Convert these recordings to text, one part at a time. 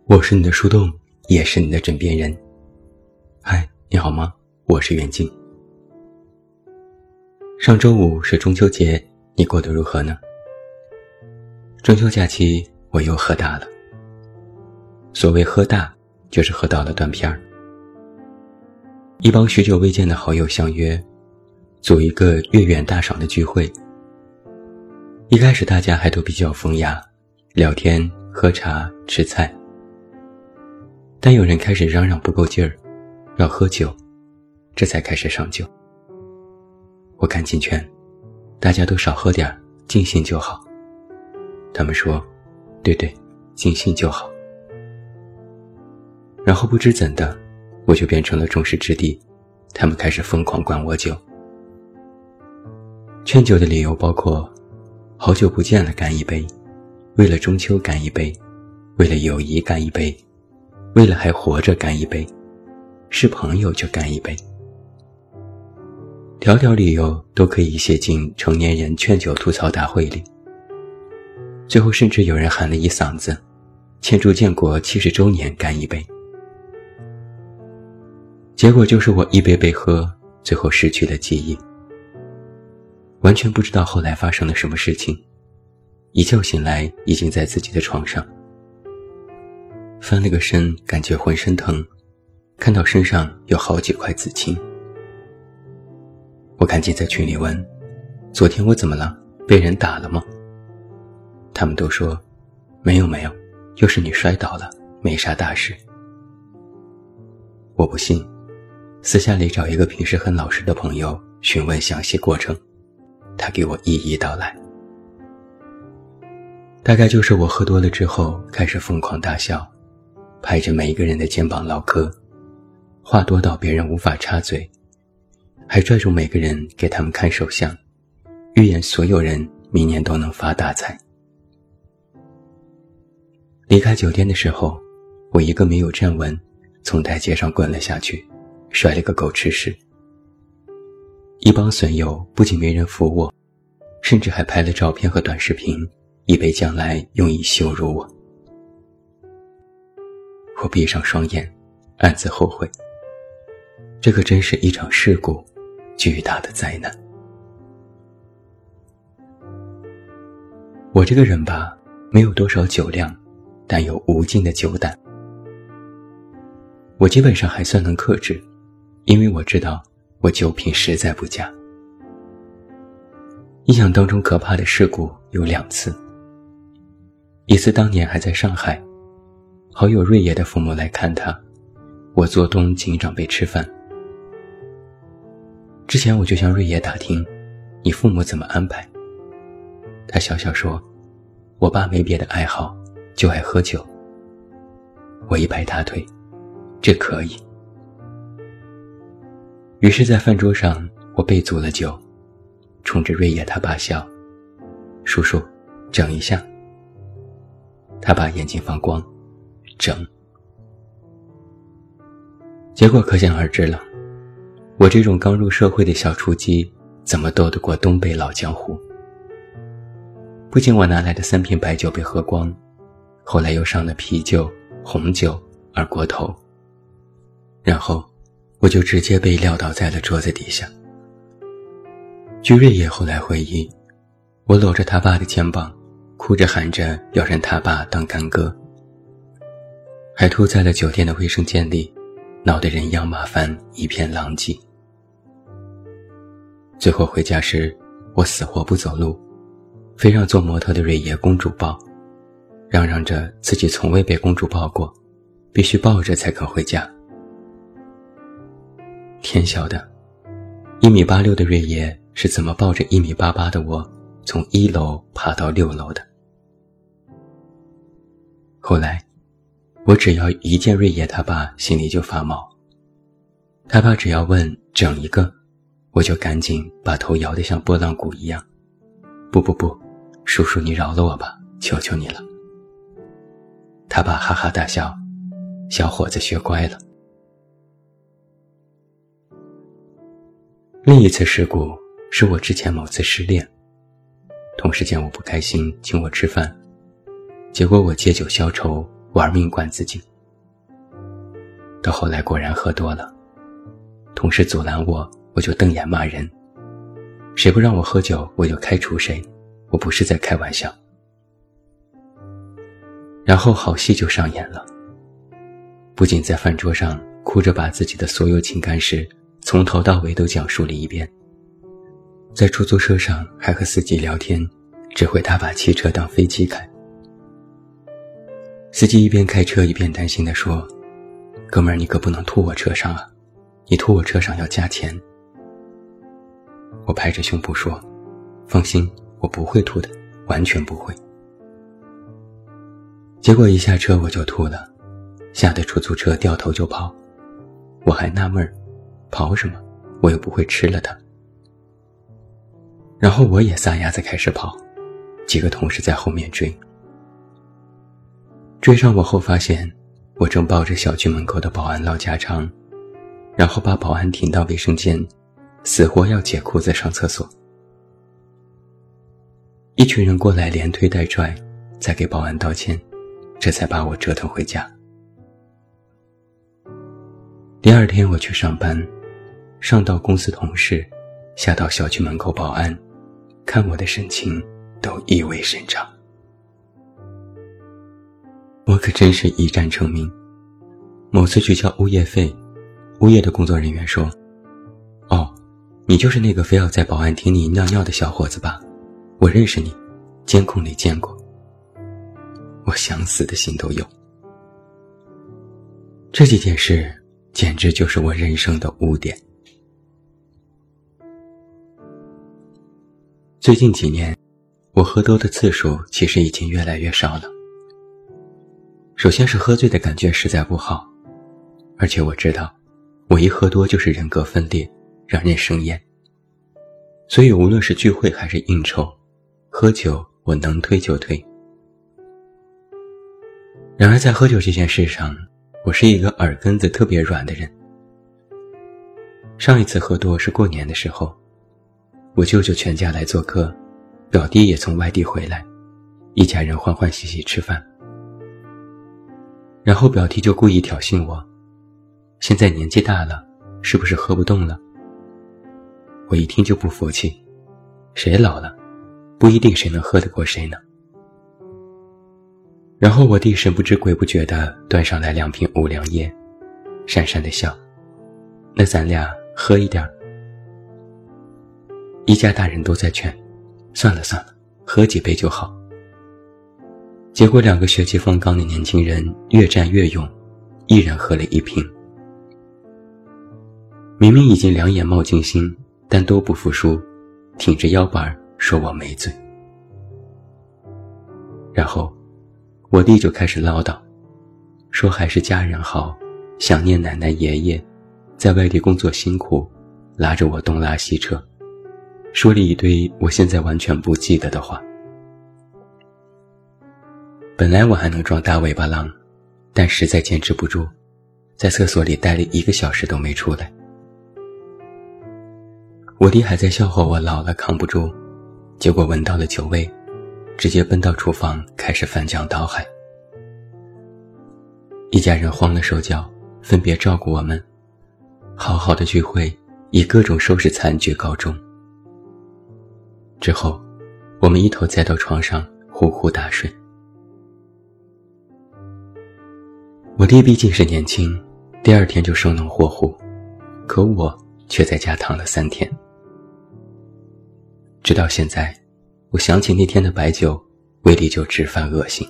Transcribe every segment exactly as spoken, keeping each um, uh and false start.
我是你的树洞，也是你的枕边人。嗨，你好吗？我是袁静。上周五是中秋节，你过得如何呢？中秋假期我又喝大了。所谓喝大，就是喝到了断片儿。一帮许久未见的好友相约，组一个月圆大赏的聚会。一开始大家还都比较风雅，聊天、喝茶、吃菜。但有人开始嚷嚷不够劲儿，要喝酒，这才开始上酒。我赶紧劝，大家都少喝点儿，尽兴就好。他们说，对对，尽兴就好。然后不知怎的，我就变成了众矢之的，他们开始疯狂灌我酒。劝酒的理由包括，好久不见了干一杯，为了中秋干一杯，为了友谊干一杯，为了还活着干一杯，是朋友就干一杯。条条理由都可以写进成年人劝酒吐槽大会里。最后甚至有人喊了一嗓子，庆祝建国七十周年干一杯。结果就是我一杯杯喝，最后失去了记忆，完全不知道后来发生了什么事情。一觉醒来已经在自己的床上，翻了个身，感觉浑身疼，看到身上有好几块紫青。我赶紧在群里问，昨天我怎么了？被人打了吗？他们都说，没有没有，又是你摔倒了，没啥大事。我不信，私下里找一个平时很老实的朋友询问详细过程，他给我一一道来。大概就是我喝多了之后开始疯狂大笑，拍着每一个人的肩膀唠嗑，话多到别人无法插嘴，还拽住每个人给他们看手相，预言所有人明年都能发大财。离开酒店的时候，我一个没有站稳，从台阶上滚了下去，摔了个狗吃屎。一帮损友不仅没人扶我，甚至还拍了照片和短视频，以备将来用以羞辱我。我闭上双眼，暗自后悔，这可真是一场事故，巨大的灾难。我这个人吧，没有多少酒量，但有无尽的酒胆。我基本上还算能克制，因为我知道我酒品实在不佳。印象当中可怕的事故有两次。一次当年还在上海，好友瑞爷的父母来看他，我做东请长辈吃饭。之前我就向瑞爷打听，你父母怎么安排？他笑笑说，我爸没别的爱好，就爱喝酒。我一拍大腿，这可以。于是在饭桌上，我备足了酒，冲着瑞爷他爸笑，叔叔，整一下。他把眼睛放光，整。结果可想而知了，我这种刚入社会的小雏鸡怎么斗得过东北老江湖？不仅我拿来的三瓶白酒被喝光，后来又上了啤酒、红酒、二锅头，然后我就直接被撂倒在了桌子底下。据瑞爷后来回忆，我搂着他爸的肩膀，哭着喊着要认他爸当干哥，还吐在了酒店的卫生间里，闹得人仰马翻，一片狼藉。最后回家时，我死活不走路，非让做模特的瑞爷公主抱，嚷嚷着自己从未被公主抱过，必须抱着才肯回家。天晓得，一米八六的瑞爷是怎么抱着一米八八的我从一楼爬到六楼的。后来我只要一见瑞爷他爸，心里就发毛。他爸只要问整一个，我就赶紧把头摇得像拨浪鼓一样，不不不，叔叔你饶了我吧，求求你了。他爸哈哈大笑，小伙子学乖了。另一次事故是我之前某次失恋，同事见我不开心请我吃饭，结果我借酒消愁， 玩命管自己。到后来果然喝多了，同事阻拦我，我就瞪眼骂人，谁不让我喝酒我就开除谁，我不是在开玩笑。然后好戏就上演了，不仅在饭桌上哭着把自己的所有情感史从头到尾都讲述了一遍，在出租车上还和司机聊天，指挥他把汽车当飞机开。司机一边开车一边担心地说，哥们儿，你可不能吐我车上啊，你吐我车上要加钱。我拍着胸脯说，放心，我不会吐的，完全不会。结果一下车我就吐了，吓得出租车掉头就跑。我还纳闷儿，跑什么，我又不会吃了它。然后我也撒丫子开始跑，几个同事在后面追。追上我后发现，我正抱着小区门口的保安唠家常，然后把保安停到卫生间，死活要解裤子上厕所。一群人过来连推带拽，再给保安道歉，这才把我折腾回家。第二天我去上班，上到公司同事，下到小区门口保安，看我的神情都意味深长。我可真是一战成名。某次去交物业费，物业的工作人员说，哦，你就是那个非要在保安亭里尿尿的小伙子吧？我认识你，监控里见过。我想死的心都有。这几件事简直就是我人生的污点。最近几年，我喝多的次数其实已经越来越少了。首先是喝醉的感觉实在不好，而且我知道，我一喝多就是人格分裂，让人生厌。所以无论是聚会还是应酬，喝酒我能推就推。然而在喝酒这件事上，我是一个耳根子特别软的人。上一次喝多是过年的时候，我舅舅全家来做客，表弟也从外地回来，一家人欢欢喜喜吃饭。然后表弟就故意挑衅我，现在年纪大了，是不是喝不动了？我一听就不服气，谁老了，不一定谁能喝得过谁呢。然后我弟神不知鬼不觉地端上来两瓶五粮液，讪讪地笑，那咱俩喝一点儿。一家大人都在劝，算了算了，喝几杯就好。结果两个血气方刚的年轻人越战越勇，一人喝了一瓶。明明已经两眼冒金星，但都不服输，挺着腰板说我没醉。然后我弟就开始唠叨，说还是家人好，想念奶奶爷爷，在外地工作辛苦，拉着我东拉西扯，说了一堆我现在完全不记得的话。本来我还能装大尾巴狼，但实在坚持不住，在厕所里待了一个小时都没出来。我弟还在笑话我老了扛不住，结果闻到了酒味，直接奔到厨房开始翻江倒海。一家人慌了手脚，分别照顾我们，好好的聚会以各种收拾残局告终。之后我们一头栽到床上呼呼大睡。我弟毕竟是年轻，第二天就生龙活虎，可我却在家躺了三天。直到现在，我想起那天的白酒，胃里就直犯恶心。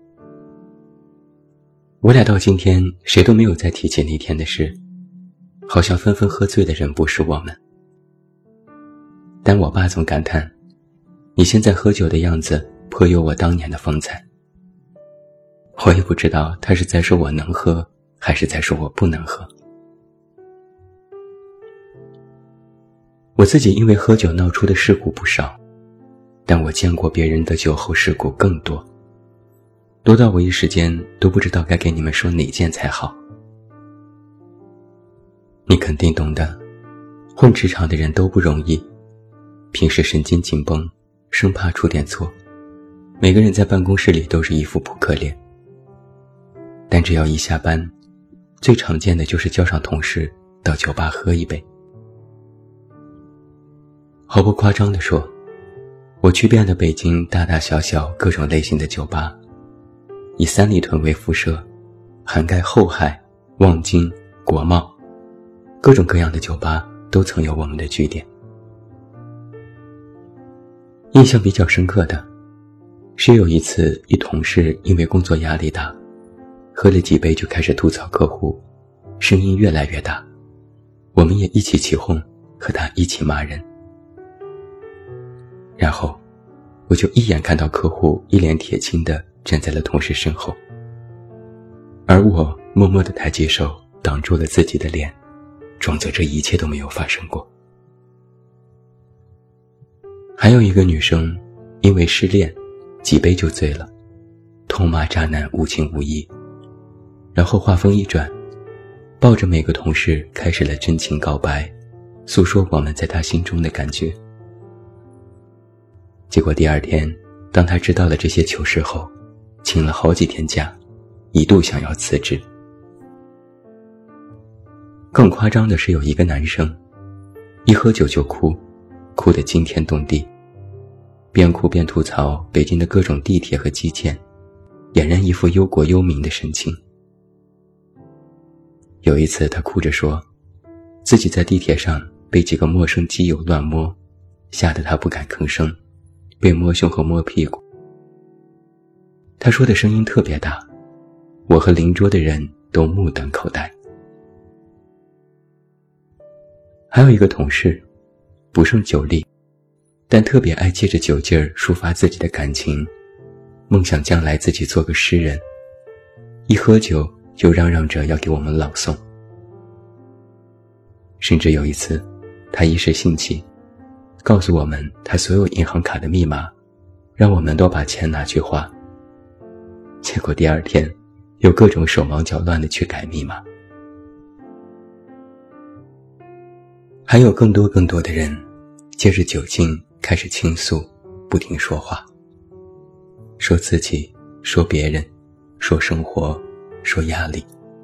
我俩到今天谁都没有再提起那天的事，好像纷纷喝醉的人不是我们。但我爸总感叹，你现在喝酒的样子颇有我当年的风采。我也不知道他是在说我能喝，还是在说我不能喝。我自己因为喝酒闹出的事故不少，但我见过别人的酒后事故更多，多到我一时间都不知道该给你们说哪件才好。你肯定懂的，混职场的人都不容易，平时神经紧绷，生怕出点错，每个人在办公室里都是一副扑克脸。 但只要一下班，最常见的就是叫上同事到酒吧喝一杯。毫不夸张地说，我去遍了北京大大小小各种类型的酒吧，以三里屯为辐射，涵盖后海、望京、国贸，各种各样的酒吧都曾有我们的据点。印象比较深刻的是有一次，一同事因为工作压力大，喝了几杯就开始吐槽客户，声音越来越大，我们也一起起哄，和他一起骂人。然后我就一眼看到客户一脸铁青地站在了同事身后，而我默默地抬起手挡住了自己的脸，装作这一切都没有发生过。还有一个女生因为失恋几杯就醉了，痛骂渣男无情无义，然后话锋一转，抱着每个同事开始了真情告白，诉说我们在她心中的感觉。结果第二天，当她知道了这些糗事后，请了好几天假，一度想要辞职。更夸张的是，有一个男生一喝酒就哭，哭得惊天动地，边哭边吐槽北京的各种地铁和基建，俨然一副忧国忧民的神情。有一次他哭着说，自己在地铁上被几个陌生基友乱摸，吓得他不敢吭声，被摸胸和摸屁股。他说的声音特别大，我和邻桌的人都目瞪口呆。还有一个同事不胜酒力，但特别爱借着酒劲儿抒发自己的感情，梦想将来自己做个诗人，一喝酒就嚷嚷着要给我们朗诵。甚至有一次他一时兴起，告诉我们他所有银行卡的密码，让我们都把钱拿去花。结果第二天又各种手忙脚乱地去改密码。还有更多更多的人借着酒劲开始倾诉，不停说话，说自己，说别人，说生活，说压力。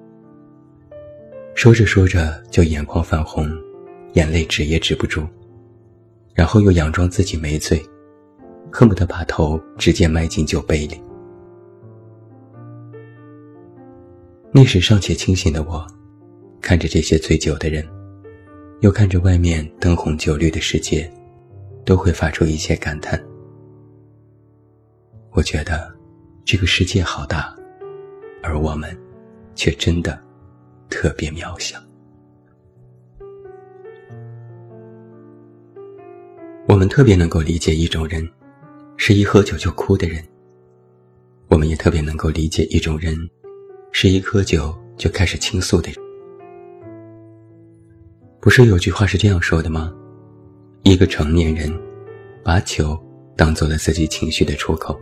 说着说着就眼眶泛红，眼泪止也止不住，然后又佯装自己没醉，恨不得把头直接埋进酒杯里。那时尚且清醒的我，看着这些醉酒的人，又看着外面灯红酒绿的世界，都会发出一些感叹。我觉得这个世界好大，而我们却真的特别渺小。我们特别能够理解一种人，是一喝酒就哭的人。我们也特别能够理解一种人，是一喝酒就开始倾诉的人。不是有句话是这样说的吗？一个成年人把酒当做了自己情绪的出口。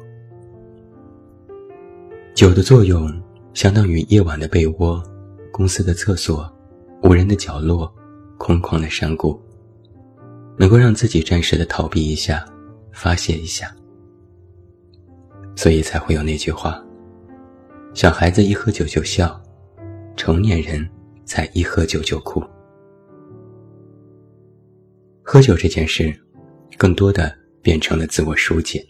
酒的作用相当于夜晚的被窝，公司的厕所，无人的角落，空旷的山谷，能够让自己暂时的逃避一下，发泄一下。所以才会有那句话，小孩子一喝酒就笑，成年人才一喝酒就哭。喝酒这件事更多的变成了自我疏解。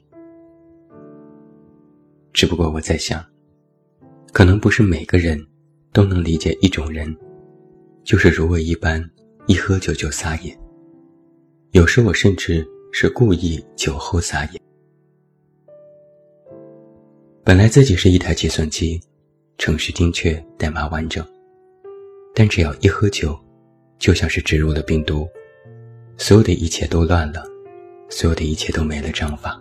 只不过我在想，可能不是每个人都能理解一种人，就是如我一般一喝酒就撒野，有时我甚至是故意酒后撒野。本来自己是一台计算机，程序精确，代码完整，但只要一喝酒，就像是植入了病毒，所有的一切都乱了，所有的一切都没了章法，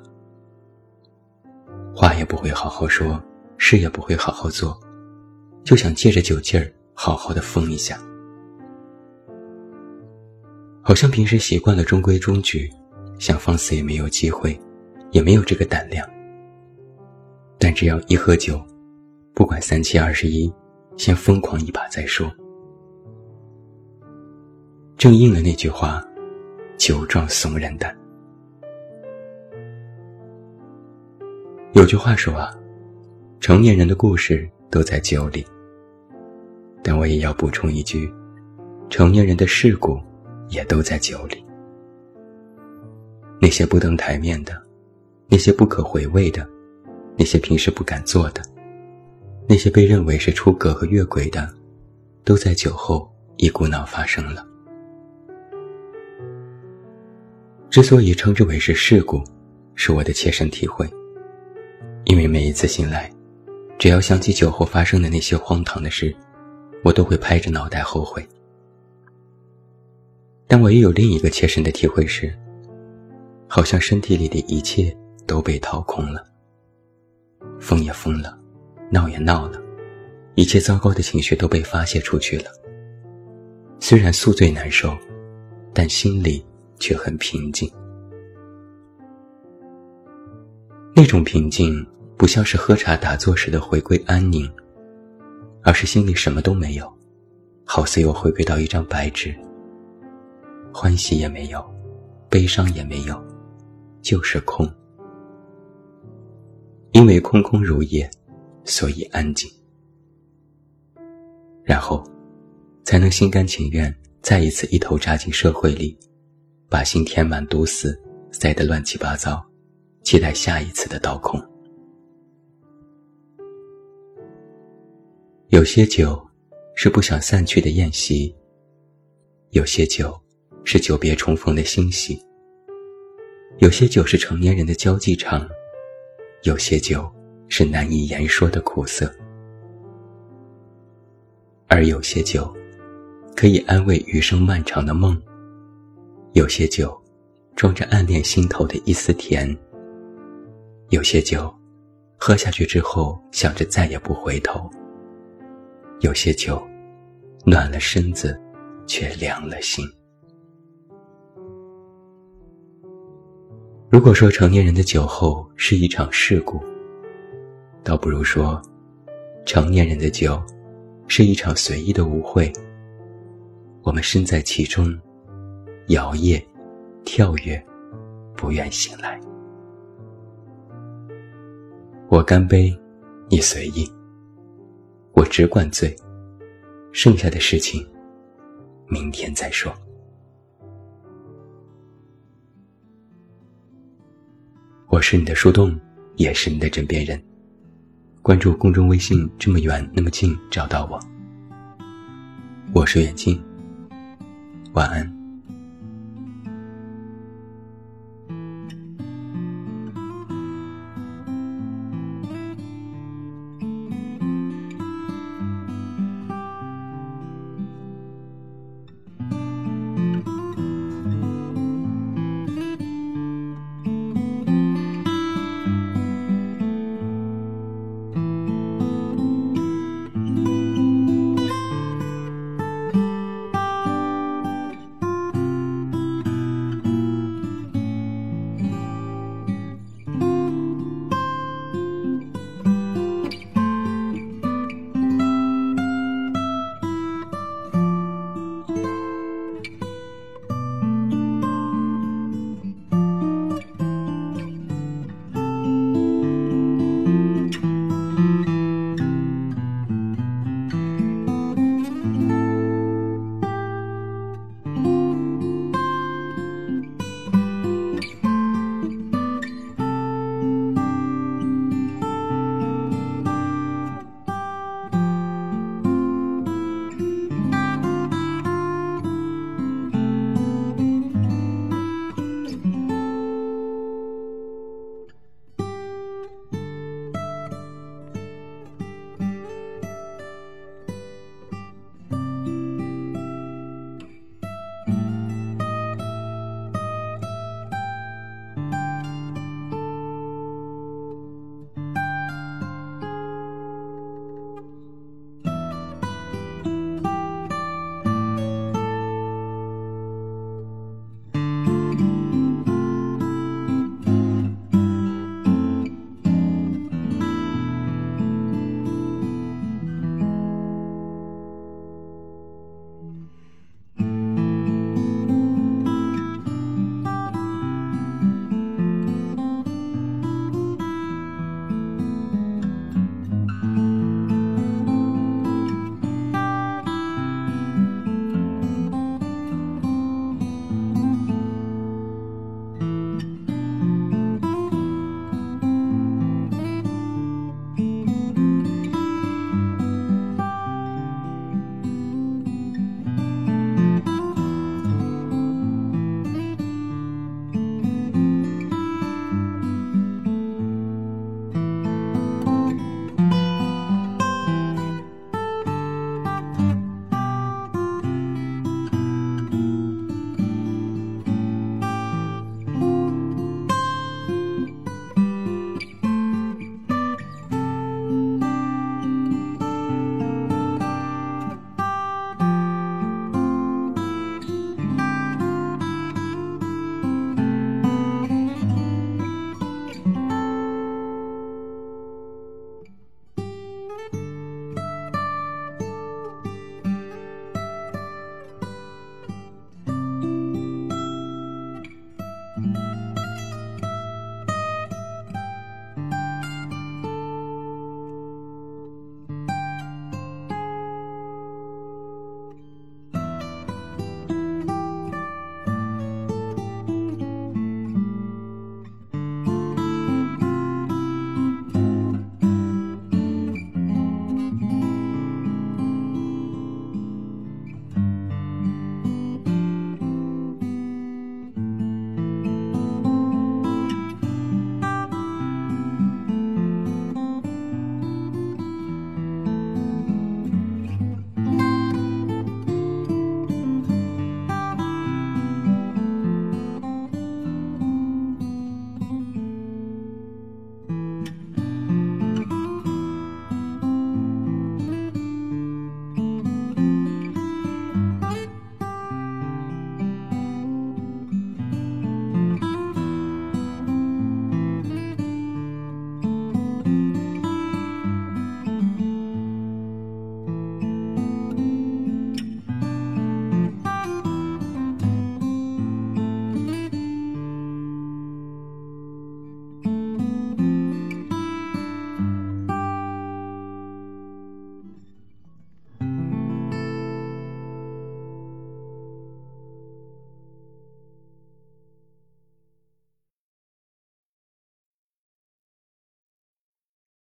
话也不会好好说，事也不会好好做，就想借着酒劲儿好好的疯一下。好像平时习惯了中规中矩，想放肆也没有机会，也没有这个胆量。但只要一喝酒，不管三七二十一，先疯狂一把再说。正应了那句话，酒壮怂人胆。有句话说啊，成年人的故事都在酒里。但我也要补充一句，成年人的世故也都在酒里。那些不登台面的，那些不可回味的，那些平时不敢做的，那些被认为是出格和越轨的，都在酒后一股脑发生了。之所以称之为是事故，是我的切身体会。因为每一次醒来，只要想起酒后发生的那些荒唐的事，我都会拍着脑袋后悔。但我也有另一个切身的体会是，好像身体里的一切都被掏空了，疯也疯了，闹也闹了，一切糟糕的情绪都被发泄出去了。虽然宿醉难受，但心里却很平静。那种平静不像是喝茶打坐时的回归安宁，而是心里什么都没有，好似又回归到一张白纸，欢喜也没有，悲伤也没有，就是空。因为空空如也，所以安静。然后才能心甘情愿再一次一头扎进社会里，把心填满堵死，塞得乱七八糟，期待下一次的倒空。有些酒是不想散去的宴席，有些酒是久别重逢的欣喜，有些酒是成年人的交际场，有些酒是难以言说的苦涩，而有些酒可以安慰余生漫长的梦，有些酒装着暗恋心头的一丝甜，有些酒喝下去之后想着再也不回头，有些酒暖了身子却凉了心。如果说成年人的酒后是一场事故，倒不如说成年人的酒是一场随意的舞会，我们身在其中，摇曳跳跃，不愿醒来。我干杯，你随意，我只管醉，剩下的事情明天再说。我是你的树洞，也是你的枕边人。关注公众微信，这么远那么近，找到我。我是远近，晚安。